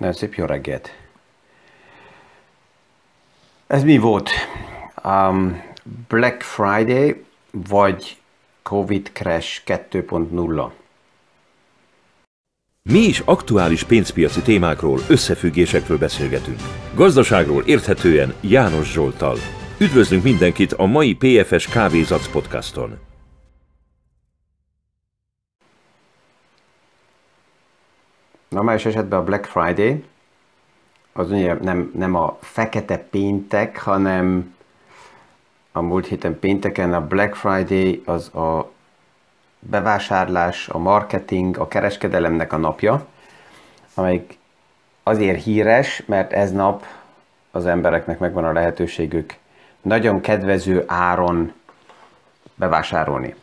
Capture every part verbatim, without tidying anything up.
Nagyon szép jó reggelt. Ez mi volt? Um, Black Friday vagy Covid Crash kettő pont nulla? Mi is aktuális pénzpiaci témákról, összefüggésekről beszélgetünk. Gazdaságról érthetően János Zsolttal. Üdvözlünk mindenkit a mai pé ef es Kávézac podcaston. Normális esetben a Black Friday az ugye nem, nem a fekete péntek, hanem a múlt héten pénteken a Black Friday az a bevásárlás, a marketing, a kereskedelemnek a napja, amelyik azért híres, mert ez nap az embereknek megvan a lehetőségük nagyon kedvező áron bevásárolni.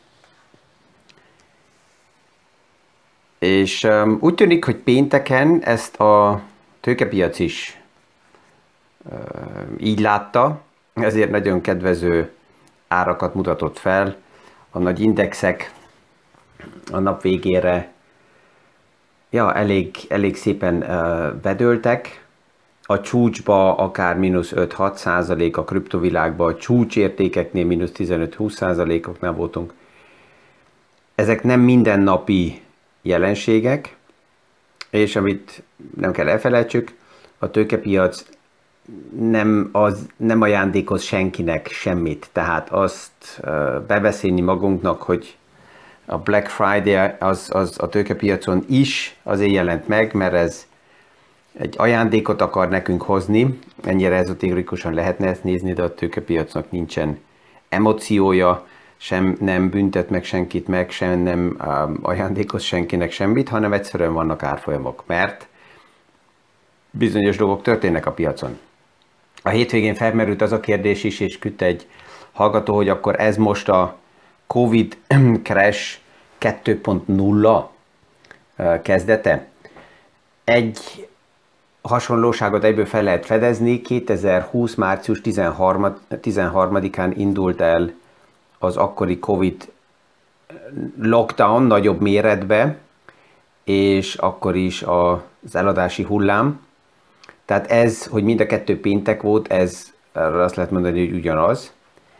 És um, úgy tűnik, hogy pénteken ezt a tőkepiac is uh, így látta, ezért nagyon kedvező árakat mutatott fel. A nagy indexek a nap végére ja, elég, elég szépen uh, bedőltek. A csúcsba akár mínusz öt-hat százalék, a kriptovilágban a csúcsértékeknél mínusz tizenöt-húsz százalékoknál voltunk. Ezek nem mindennapi jelenségek, és amit nem kell elfelejtsük, a tőkepiac nem, az, nem ajándékoz senkinek semmit. Tehát azt uh, bebeszélni magunknak, hogy a Black Friday az, az a tőkepiacon is azért jelent meg, mert ez egy ajándékot akar nekünk hozni. Ennyire ezoterikusan lehetne ezt nézni, de a tőkepiacnak nincsen emóciója, sem nem büntet meg senkit meg, sem nem um, ajándékoz senkinek semmit, hanem egyszerűen vannak árfolyamok, mert bizonyos dolgok történnek a piacon. A hétvégén felmerült az a kérdés is, és küldte egy hallgató, hogy akkor ez most a Covid Crash kettő pont nulla kezdete. Egy hasonlóságot egyből fel lehet fedezni. kétezer-húsz. március tizenharmadikán indult el az akkori Covid lockdown nagyobb méretbe, és akkor is az eladási hullám. Tehát ez, hogy mind a kettő péntek volt, ez azt lehet mondani, hogy ugyanaz.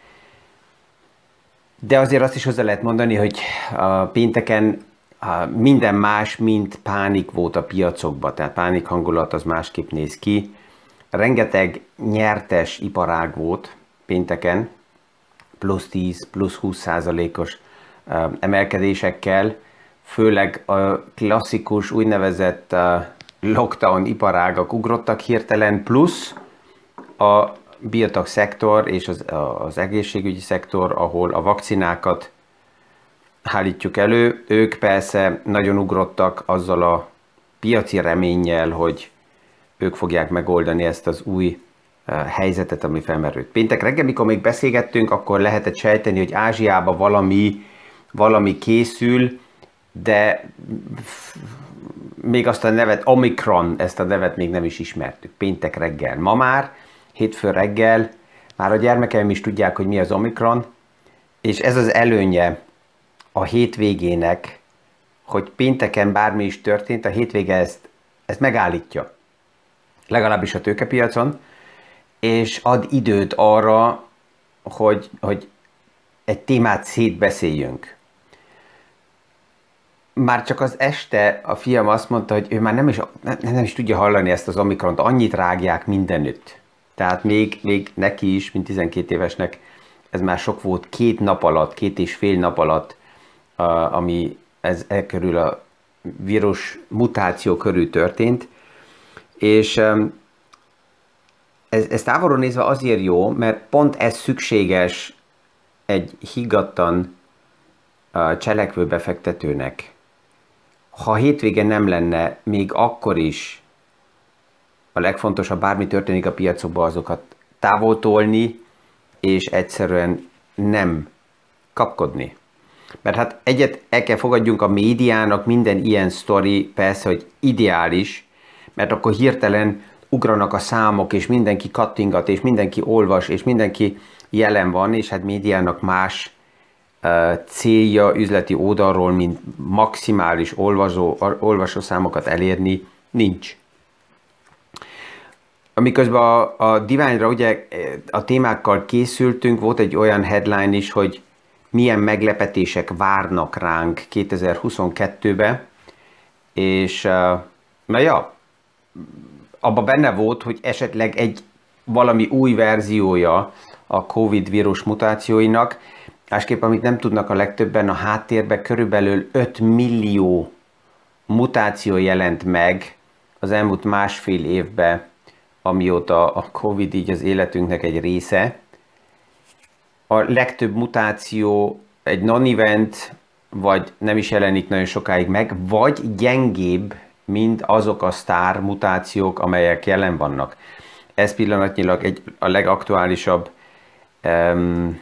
De azért azt is hozzá lehet mondani, hogy a pénteken minden más, mint pánik volt a piacokban, tehát pánik hangulat az másképp néz ki. Rengeteg nyertes iparág volt pénteken, plusz tíz, plusz húsz százalékos emelkedésekkel, főleg a klasszikus úgynevezett lockdown iparágak ugrottak hirtelen, plusz a biotech szektor és az, az egészségügyi szektor, ahol a vakcinákat állítjuk elő, ők persze nagyon ugrottak azzal a piaci reménnyel, hogy ők fogják megoldani ezt az új helyzetet, ami felmerült. Péntek reggel, mikor még beszélgettünk, akkor lehetett sejteni, hogy Ázsiában valami, valami készül, de még azt a nevet, Omikron, ezt a nevet még nem is ismertük. Péntek reggel. Ma már, hétfő reggel, már a gyermekeim is tudják, hogy mi az Omikron, és ez az előnye a hétvégének, hogy pénteken bármi is történt, a hétvége ezt, ezt megállítja. Legalábbis a tőkepiacon, és ad időt arra, hogy, hogy egy témát szétbeszéljünk. Már csak az este a fiam azt mondta, hogy ő már nem is, nem, nem is tudja hallani ezt az Omikront, annyit rágják mindenütt. Tehát még, még neki is, mint tizenkét évesnek, ez már sok volt két nap alatt, két és fél nap alatt, uh, ami ez e körül a vírus mutáció körül történt. És um, ez, ez távolról nézve azért jó, mert pont ez szükséges egy higgadtan uh, cselekvő befektetőnek. Ha hétvége nem lenne, még akkor is a legfontosabb, bármi történik a piacokban, azokat távoltolni, és egyszerűen nem kapkodni. Mert hát egyet el kell fogadjunk, a médiának minden ilyen sztori persze, hogy ideális, mert akkor hirtelen ugranak a számok, és mindenki kattingat, és mindenki olvas, és mindenki jelen van, és hát médiának más uh, célja üzleti oldalról, mint maximális olvasó, olvasószámokat elérni, nincs. Amiközben a, a Diványra ugye a témákkal készültünk, volt egy olyan headline is, hogy milyen meglepetések várnak ránk kétezer-huszonkettőbe, és na ja, abban benne volt, hogy esetleg egy valami új verziója a Covid vírus mutációinak, másképp amit nem tudnak a legtöbben, a háttérben körülbelül öt millió mutáció jelent meg az elmúlt másfél évben, amióta a Covid így az életünknek egy része. A legtöbb mutáció egy non-event, vagy nem is jelenik nagyon sokáig meg, vagy gyengébb, mint azok a sztár mutációk, amelyek jelen vannak. Ez pillanatnyilag egy, a legaktuálisabb um,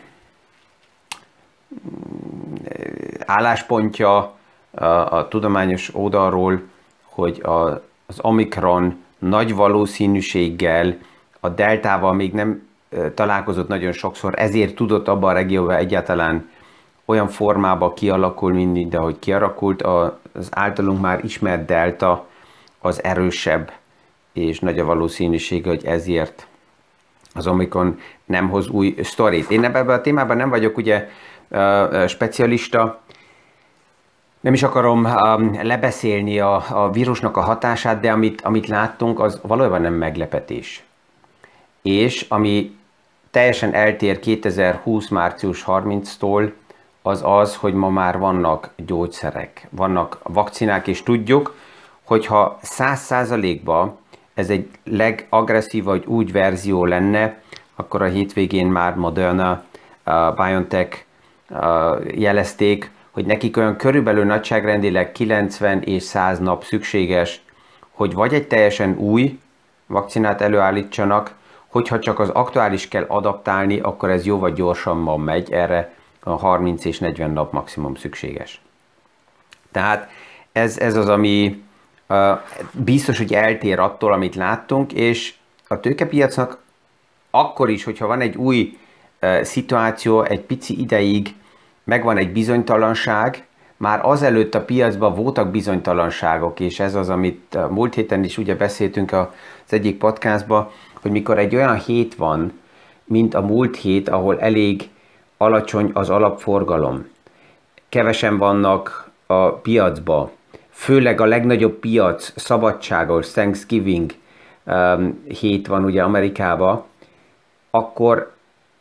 álláspontja a, a tudományos oldalról, hogy a, az Omikron nagy valószínűséggel a deltával még nem e, találkozott nagyon sokszor, ezért tudott abban a regióban egyáltalán olyan formába kialakul, mint ahogy kialakult. Az általunk már ismert delta az erősebb, és nagy a valószínűség, hogy ezért az Omikron nem hoz új sztorit. Én ebben a témában nem vagyok ugye uh, specialista, nem is akarom um, lebeszélni a, a vírusnak a hatását, de amit, amit láttunk, az valójában nem meglepetés. És ami teljesen eltér kétezer-húsz. március harmincadikántól, az az, hogy ma már vannak gyógyszerek, vannak vakcinák, és tudjuk, hogyha száz százalékban ez egy legagresszívabb vagy úgy verzió lenne, akkor a hétvégén már Moderna, uh, BioNTech uh, jelezték, hogy nekik olyan körülbelül nagyságrendileg kilencven és száz nap szükséges, hogy vagy egy teljesen új vakcinát előállítsanak, hogyha csak az aktuális kell adaptálni, akkor ez jóval gyorsabban megy, erre a harminc és negyven nap maximum szükséges. Tehát ez, ez az, ami uh, biztos, hogy eltér attól, amit láttunk, és a tőkepiacnak akkor is, hogyha van egy új uh, szituáció, egy pici ideig megvan egy bizonytalanság, már azelőtt a piacban voltak bizonytalanságok, és ez az, amit uh, múlt héten is ugye beszéltünk az egyik podcastban, hogy mikor egy olyan hét van, mint a múlt hét, ahol elég alacsony az alapforgalom, kevesen vannak a piacba, főleg a legnagyobb piac, szabadságos Thanksgiving um, hét van ugye Amerikában, akkor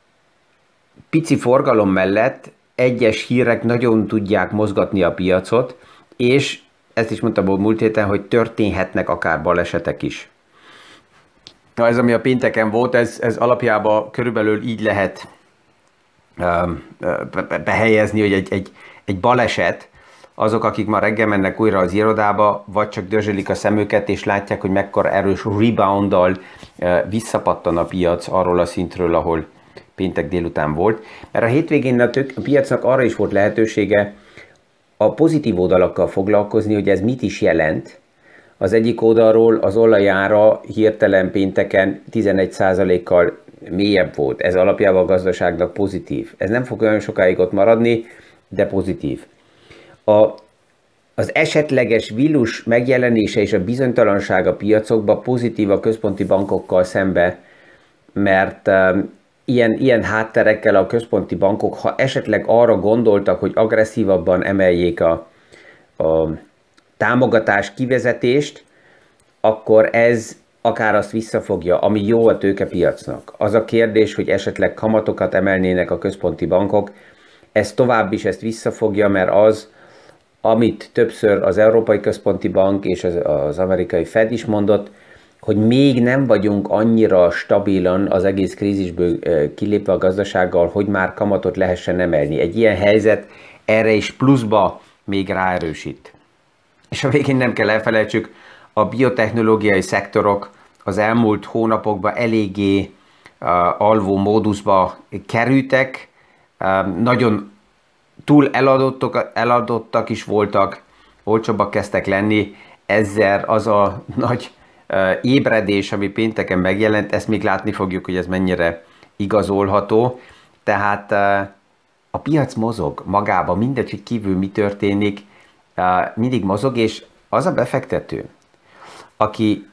pici forgalom mellett egyes hírek nagyon tudják mozgatni a piacot, és ezt is mondtam a múlt héten, hogy történhetnek akár balesetek is. Na, ez, ami a pénteken volt, ez, ez alapjában körülbelül így lehet behelyezni, hogy egy, egy, egy baleset, azok, akik ma reggel mennek újra az irodába, vagy csak dörzsölik a szemüket, és látják, hogy mekkora erős rebounddal visszapattan a piac arról a szintről, ahol péntek délután volt. Mert a hétvégén a, tök, a piacnak arra is volt lehetősége a pozitív oldalakkal foglalkozni, hogy ez mit is jelent. Az egyik oldalról az olajára hirtelen pénteken tizenegy százalékkal mélyebb volt. Ez alapjában a gazdaságnak pozitív. Ez nem fog olyan sokáig ott maradni, de pozitív. A, az esetleges vírus megjelenése és a bizonytalanság a piacokban pozitív a központi bankokkal szembe, mert um, ilyen, ilyen hátterekkel a központi bankok, ha esetleg arra gondoltak, hogy agresszívabban emeljék a, a támogatás kivezetést, akkor ez akár azt visszafogja, ami jó a tőkepiacnak. Az a kérdés, hogy esetleg kamatokat emelnének a központi bankok, ez tovább is ezt visszafogja, mert az, amit többször az Európai Központi Bank és az, az amerikai Fed is mondott, hogy még nem vagyunk annyira stabilan az egész krízisből kilépve a gazdasággal, hogy már kamatot lehessen emelni. Egy ilyen helyzet erre is pluszba még ráerősít. És a végén nem kell elfelejtsük, a biotechnológiai szektorok az elmúlt hónapokban eléggé uh, alvó módusba kerültek, uh, nagyon túl eladottak, eladottak is voltak, olcsóbbak kezdtek lenni, ezzel az a nagy uh, ébredés, ami pénteken megjelent, ezt még látni fogjuk, hogy ez mennyire igazolható. Tehát uh, a piac mozog magában, mindegy, hogy kívül mi történik, uh, mindig mozog, és az a befektető, aki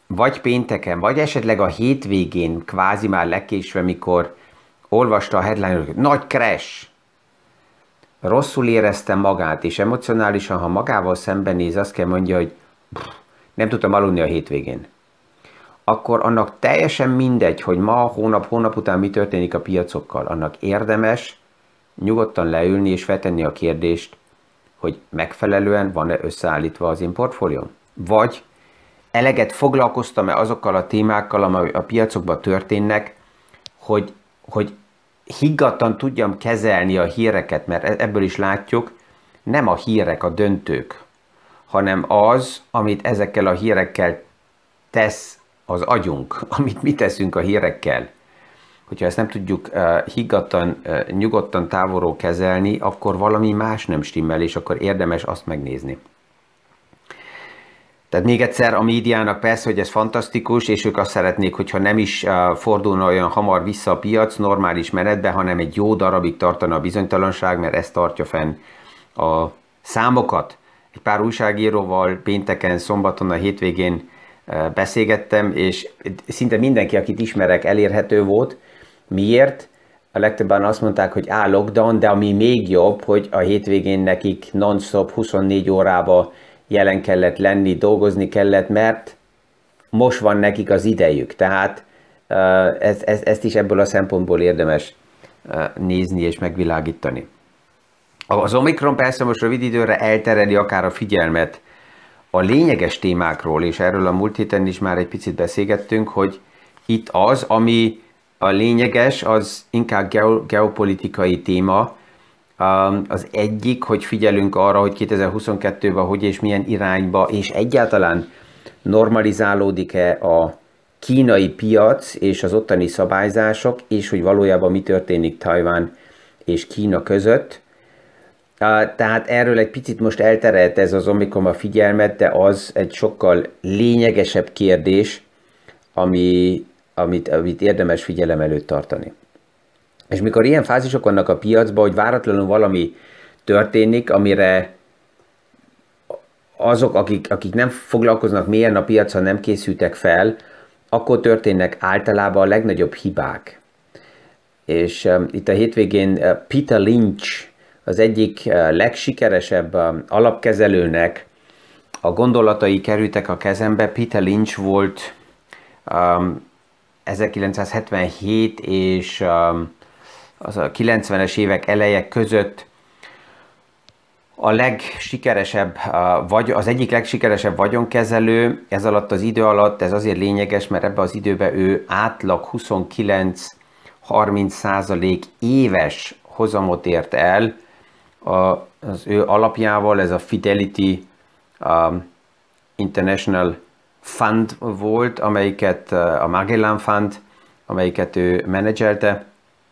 vagy pénteken, vagy esetleg a hétvégén, kvázi már legkésve, mikor olvasta a headline, hogy nagy crash, rosszul érezte magát, és emocionálisan, ha magával szembenéz, azt kell mondja, hogy pff, nem tudtam aludni a hétvégén. Akkor annak teljesen mindegy, hogy ma, hónap, hónap után mi történik a piacokkal. Annak érdemes nyugodtan leülni és feltenni a kérdést, hogy megfelelően van-e összeállítva az én portfólióm. Vagy eleget foglalkoztam-e azokkal a témákkal, amely a piacokban történnek, hogy, hogy higgadtan tudjam kezelni a híreket, mert ebből is látjuk, nem a hírek a döntők, hanem az, amit ezekkel a hírekkel tesz az agyunk, amit mi teszünk a hírekkel. Hogyha ezt nem tudjuk uh, higgadtan, uh, nyugodtan távolról kezelni, akkor valami más nem stimmel, és akkor érdemes azt megnézni. Tehát még egyszer a médiának persze, hogy ez fantasztikus, és ők azt szeretnék, hogyha nem is uh, fordulna olyan hamar vissza a piac normális menetbe, hanem egy jó darabig tartana a bizonytalanság, mert ez tartja fenn a számokat. Egy pár újságíróval pénteken, szombaton, a hétvégén uh, beszélgettem, és szinte mindenki, akit ismerek, elérhető volt. Miért? A legtöbben azt mondták, hogy á, lockdown, de ami még jobb, hogy a hétvégén nekik non-stop huszonnégy órába jelen kellett lenni, dolgozni kellett, mert most van nekik az idejük. Tehát ez, ez, ezt is ebből a szempontból érdemes nézni és megvilágítani. Az Omikron persze most rövid időre eltereli akár a figyelmet a lényeges témákról, és erről a múlt héten is már egy picit beszélgettünk, hogy itt az, ami a lényeges, az inkább geopolitikai téma. Az egyik, hogy figyelünk arra, hogy kétezer-huszonkettőben hogy és milyen irányba, és egyáltalán normalizálódik-e a kínai piac és az ottani szabályzások, és hogy valójában mi történik Tajván és Kína között. Tehát erről egy picit most elterelt ez az Omikron a figyelmet, de az egy sokkal lényegesebb kérdés, ami, amit, amit érdemes figyelem előtt tartani. És mikor ilyen fázisok vannak a piacban, hogy váratlanul valami történik, amire azok, akik, akik nem foglalkoznak mélyen a piacon, nem készültek fel, akkor történnek általában a legnagyobb hibák. És um, itt a hétvégén uh, Peter Lynch, az egyik uh, legsikeresebb um, alapkezelőnek a gondolatai kerültek a kezembe. Peter Lynch volt um, ezerkilencszázhetvenhét és um, az a kilencvenes évek eleje között a legsikeresebb, vagy az egyik legsikeresebb vagyonkezelő. Ez alatt az idő alatt, ez azért lényeges, mert ebben az időben ő átlag huszonkilenc-harminc százalék éves hozamot ért el az ő alapjával. Ez a Fidelity International Fund volt, amelyiket a Magellan Fund, amelyiket ő menedzselte.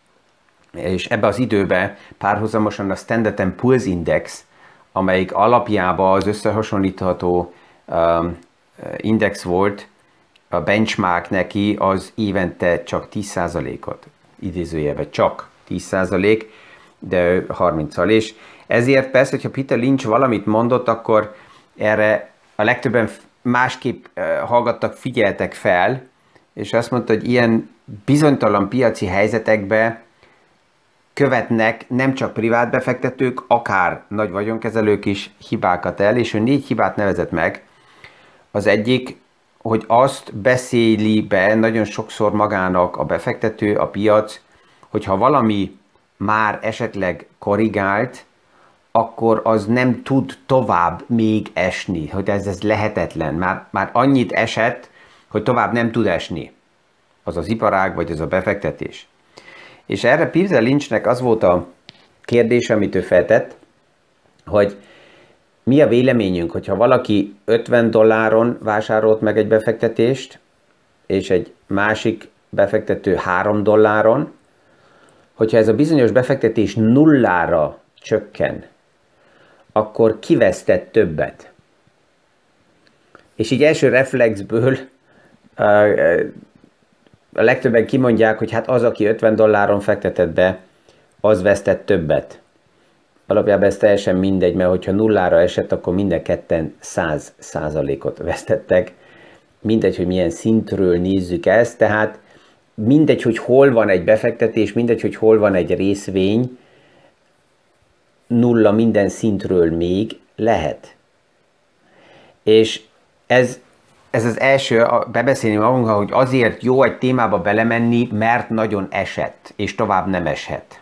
És ebbe az időben párhuzamosan a Standard and Poor's Index, amelyik alapjában az összehasonlítható um, index volt, a benchmark neki az évente csak tíz százalékot, idézőjelben csak tíz százalék, de harminc-al. És ezért persze, hogyha Peter Lynch valamit mondott, akkor erre a legtöbben másképp uh, hallgattak, figyeltek fel, és azt mondta, hogy ilyen bizonytalan piaci helyzetekben követnek nem csak privát befektetők, akár nagy vagyonkezelők is hibákat el, és ő négy hibát nevezett meg. Az egyik, hogy azt beszéli be nagyon sokszor magának a befektető, a piac, hogyha valami már esetleg korrigált, akkor az nem tud tovább még esni, hogy ez, ez lehetetlen. Már, már annyit esett, hogy tovább nem tud esni. Az az iparág, vagy az a befektetés. És erre Peter Lynchnek az volt a kérdés, amit ő feltett, hogy mi a véleményünk, hogyha valaki ötven dolláron vásárolt meg egy befektetést, és egy másik befektető három dolláron, hogyha ez a bizonyos befektetés nullára csökken, akkor kivesztett többet. És így első reflexből a legtöbben kimondják, hogy hát az, aki ötven dolláron fektetett be, az vesztett többet. Alapjában ez teljesen mindegy, mert hogyha nullára esett, akkor minden ketten száz százalékot vesztettek. mindegy, hogy milyen szintről nézzük ezt, tehát mindegy, hogy hol van egy befektetés, mindegy, hogy hol van egy részvény, nulla minden szintről még lehet. És ez, ez az első, bebeszélni magunkra, hogy azért jó egy témába belemenni, mert nagyon esett, és tovább nem eshet.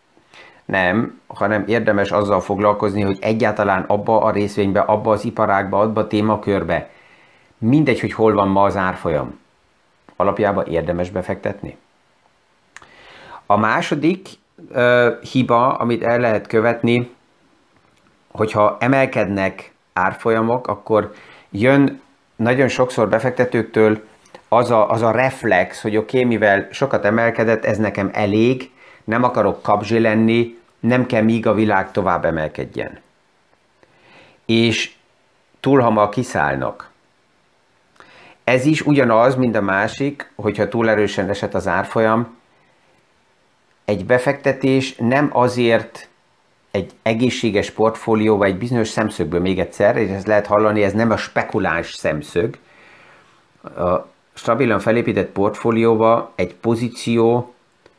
Nem, hanem érdemes azzal foglalkozni, hogy egyáltalán abba a részvénybe, abba az iparágba, abba a témakörbe, mindegy, hogy hol van ma az árfolyam, alapjában érdemes befektetni. A második uh, hiba, amit el lehet követni, hogyha emelkednek árfolyamok, akkor jön nagyon sokszor befektetőktől az a, az a reflex, hogy oké, okay, mivel sokat emelkedett, ez nekem elég, nem akarok kapzsi lenni, nem kell míg a világ tovább emelkedjen. És túl hamar kiszállnak. Ez is ugyanaz, mint a másik, hogyha túl erősen esett az árfolyam. Egy befektetés nem azért egy egészséges portfólió, vagy egy bizonyos szemszögből még egyszer, és ezt lehet hallani, ez nem a spekuláns szemszög. A stabilan felépített portfólióba egy pozíció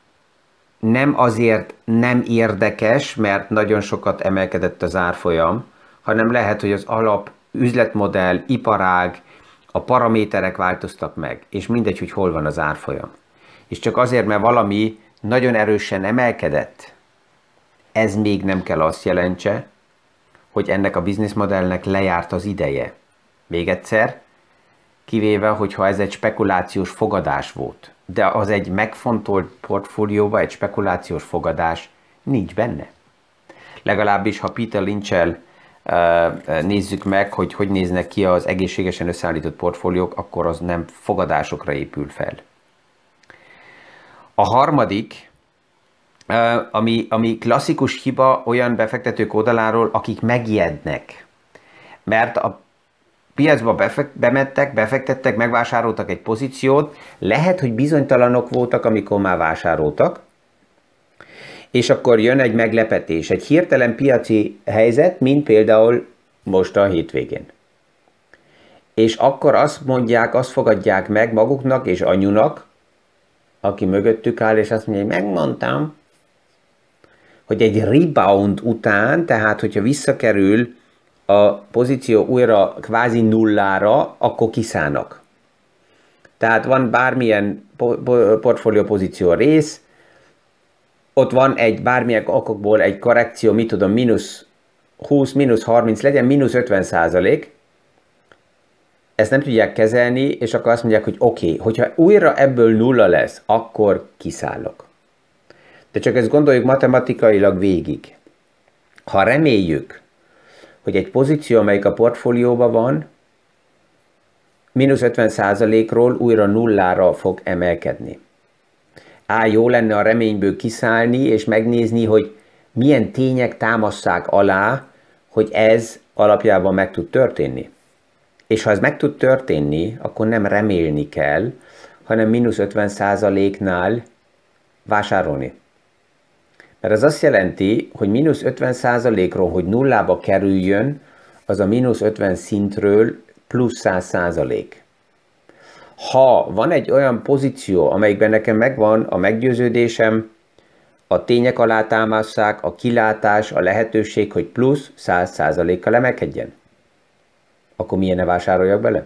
nem azért nem érdekes, mert nagyon sokat emelkedett az árfolyam, hanem lehet, hogy az alap üzletmodell, iparág, a paraméterek változtak meg, és mindegy, hogy hol van az árfolyam. És csak azért, mert valami nagyon erősen emelkedett, ez még nem kell azt jelentse, hogy ennek a bizniszmodellnek lejárt az ideje. Még egyszer, kivéve, hogyha ez egy spekulációs fogadás volt. De az egy megfontolt portfólióban egy spekulációs fogadás nincs benne. Legalábbis, ha Peter Lynch-el uh, nézzük meg, hogy hogy néznek ki az egészségesen összeállított portfóliók, akkor az nem fogadásokra épül fel. A harmadik, uh, ami, ami klasszikus hiba olyan befektetők oldaláról, akik megijednek. Mert a piacba befekt, bemettek, befektettek, megvásároltak egy pozíciót, lehet, hogy bizonytalanok voltak, amikor már vásároltak, és akkor jön egy meglepetés, egy hirtelen piaci helyzet, mint például most a hétvégén. És akkor azt mondják, azt fogadják meg maguknak és anyunak, aki mögöttük áll, és azt mondja, hogy megmondtam, hogy egy rebound után, tehát hogyha visszakerül a pozíció újra kvázi nullára, akkor kiszállnak. Tehát van bármilyen portfólió pozíció rész, ott van egy bármilyen okokból egy korrekció, mit tudom, mínusz húsz, mínusz harminc, legyen mínusz ötven százalék, ezt nem tudják kezelni, és akkor azt mondják, hogy oké, okay, hogyha újra ebből nulla lesz, akkor kiszállok. De csak ezt gondoljuk matematikailag végig. Ha reméljük, hogy egy pozíció, amelyik a portfólióban van, mínusz ötven százalékról újra nullára fog emelkedni. Á, jó lenne a reményből kiszállni, és megnézni, hogy milyen tények támasszák alá, hogy ez alapjában meg tud történni. És ha ez meg tud történni, akkor nem remélni kell, hanem mínusz ötven százaléknál vásárolni. Mert ez azt jelenti, hogy mínusz ötven százalékról, hogy nullába kerüljön, az a mínusz ötven szintről plusz száz százalék. Ha van egy olyan pozíció, amelyikben nekem megvan a meggyőződésem, a tények alátámasztják, a kilátás, a lehetőség, hogy plusz száz százalékkal emelkedjen, akkor milyen ne vásároljak bele?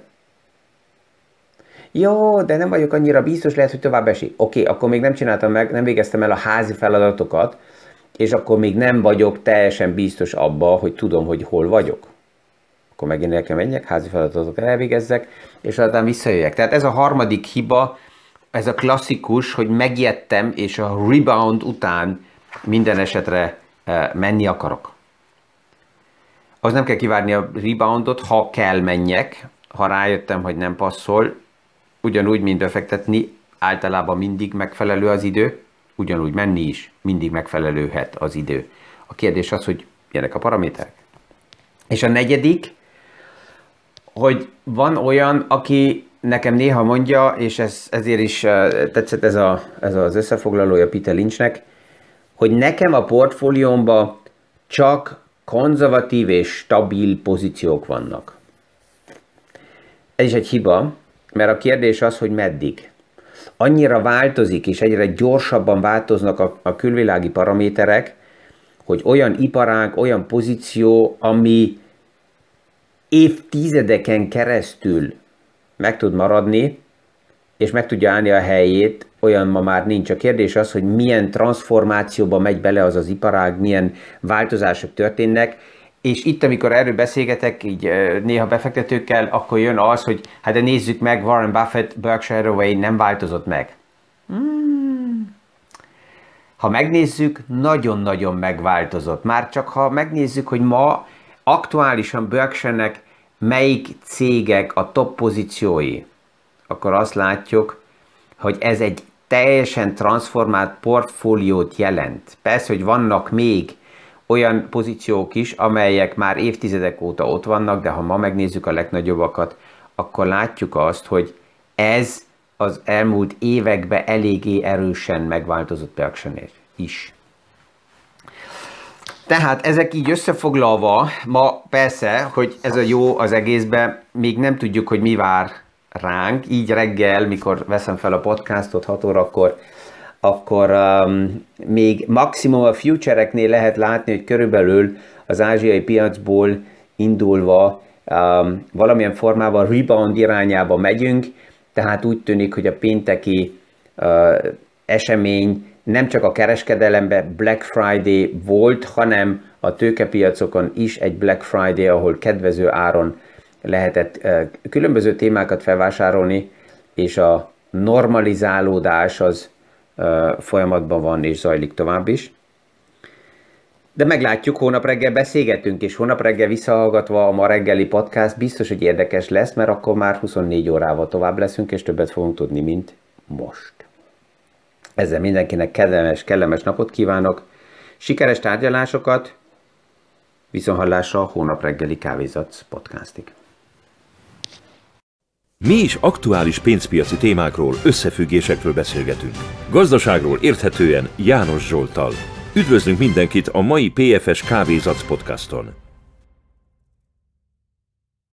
Jó, de nem vagyok annyira biztos, lehet, hogy tovább esik. Oké, okay, akkor még nem csináltam meg, nem végeztem el a házi feladatokat, és akkor még nem vagyok teljesen biztos abba, hogy tudom, hogy hol vagyok. Akkor megint el kell menjek, házi feladatokat elvégezzek, és aztán visszajöjjek. Tehát ez a harmadik hiba, ez a klasszikus, hogy megijedtem, és a rebound után minden esetre menni akarok. Az nem kell kivárni a reboundot, ha kell menjek, ha rájöttem, hogy nem passzol, ugyanúgy, mint befektetni, általában mindig megfelelő az idő, ugyanúgy menni is mindig megfelelőhet az idő. A kérdés az, hogy milyenek a paraméterek. És a negyedik, hogy van olyan, aki nekem néha mondja, és ez, ezért is tetszett ez, a, ez az összefoglalója Peter Lynchnek, hogy nekem a portfóliómban csak konzervatív és stabil pozíciók vannak. Ez is egy hiba, mert a kérdés az, hogy meddig. Annyira változik, és egyre gyorsabban változnak a, a külvilági paraméterek, hogy olyan iparág, olyan pozíció, ami évtizedeken keresztül meg tud maradni, és meg tudja állni a helyét, olyan ma már nincs. A kérdés az, hogy milyen transformációba megy bele az az iparág, milyen változások történnek, és itt, amikor erről beszélgetek, így néha befektetőkkel, akkor jön az, hogy hát de nézzük meg, Warren Buffett, Berkshire Hathaway nem változott meg. Hmm. Ha megnézzük, nagyon-nagyon megváltozott. Már csak ha megnézzük, hogy ma aktuálisan Berkshire-nek melyik cégek a top pozíciói, akkor azt látjuk, hogy ez egy teljesen transformált portfóliót jelent. Persze, hogy vannak még olyan pozíciók is, amelyek már évtizedek óta ott vannak, de ha ma megnézzük a legnagyobbakat, akkor látjuk azt, hogy ez az elmúlt években eléggé erősen megváltozott Berkshire-nél is. Tehát ezek így összefoglalva, ma persze, hogy ez a jó az egészben, még nem tudjuk, hogy mi vár ránk, így reggel, mikor veszem fel a podcastot hat órakor, akkor um, még maximum a future-eknél lehet látni, hogy körülbelül az ázsiai piacból indulva um, valamilyen formában rebound irányába megyünk, tehát úgy tűnik, hogy a pénteki uh, esemény nem csak a kereskedelemben Black Friday volt, hanem a tőkepiacokon is egy Black Friday, ahol kedvező áron lehetett uh, különböző témákat felvásárolni, és a normalizálódás az uh, folyamatban van és zajlik tovább is. De meglátjuk, hónap reggel beszélgetünk, és hónap reggel visszahallgatva a ma reggeli podcast biztos, hogy érdekes lesz, mert akkor már huszonnégy órával tovább leszünk, és többet fogunk tudni, mint most. Ezzel mindenkinek kellemes, kellemes napot kívánok, sikeres tárgyalásokat, viszonthallásra a hónap reggeli Kávézac podcastig. Mi is aktuális pénzpiaci témákról, összefüggésekről beszélgetünk. Gazdaságról érthetően János Zsolttal. Üdvözlünk mindenkit a mai pé ef es Kávézac podcaston!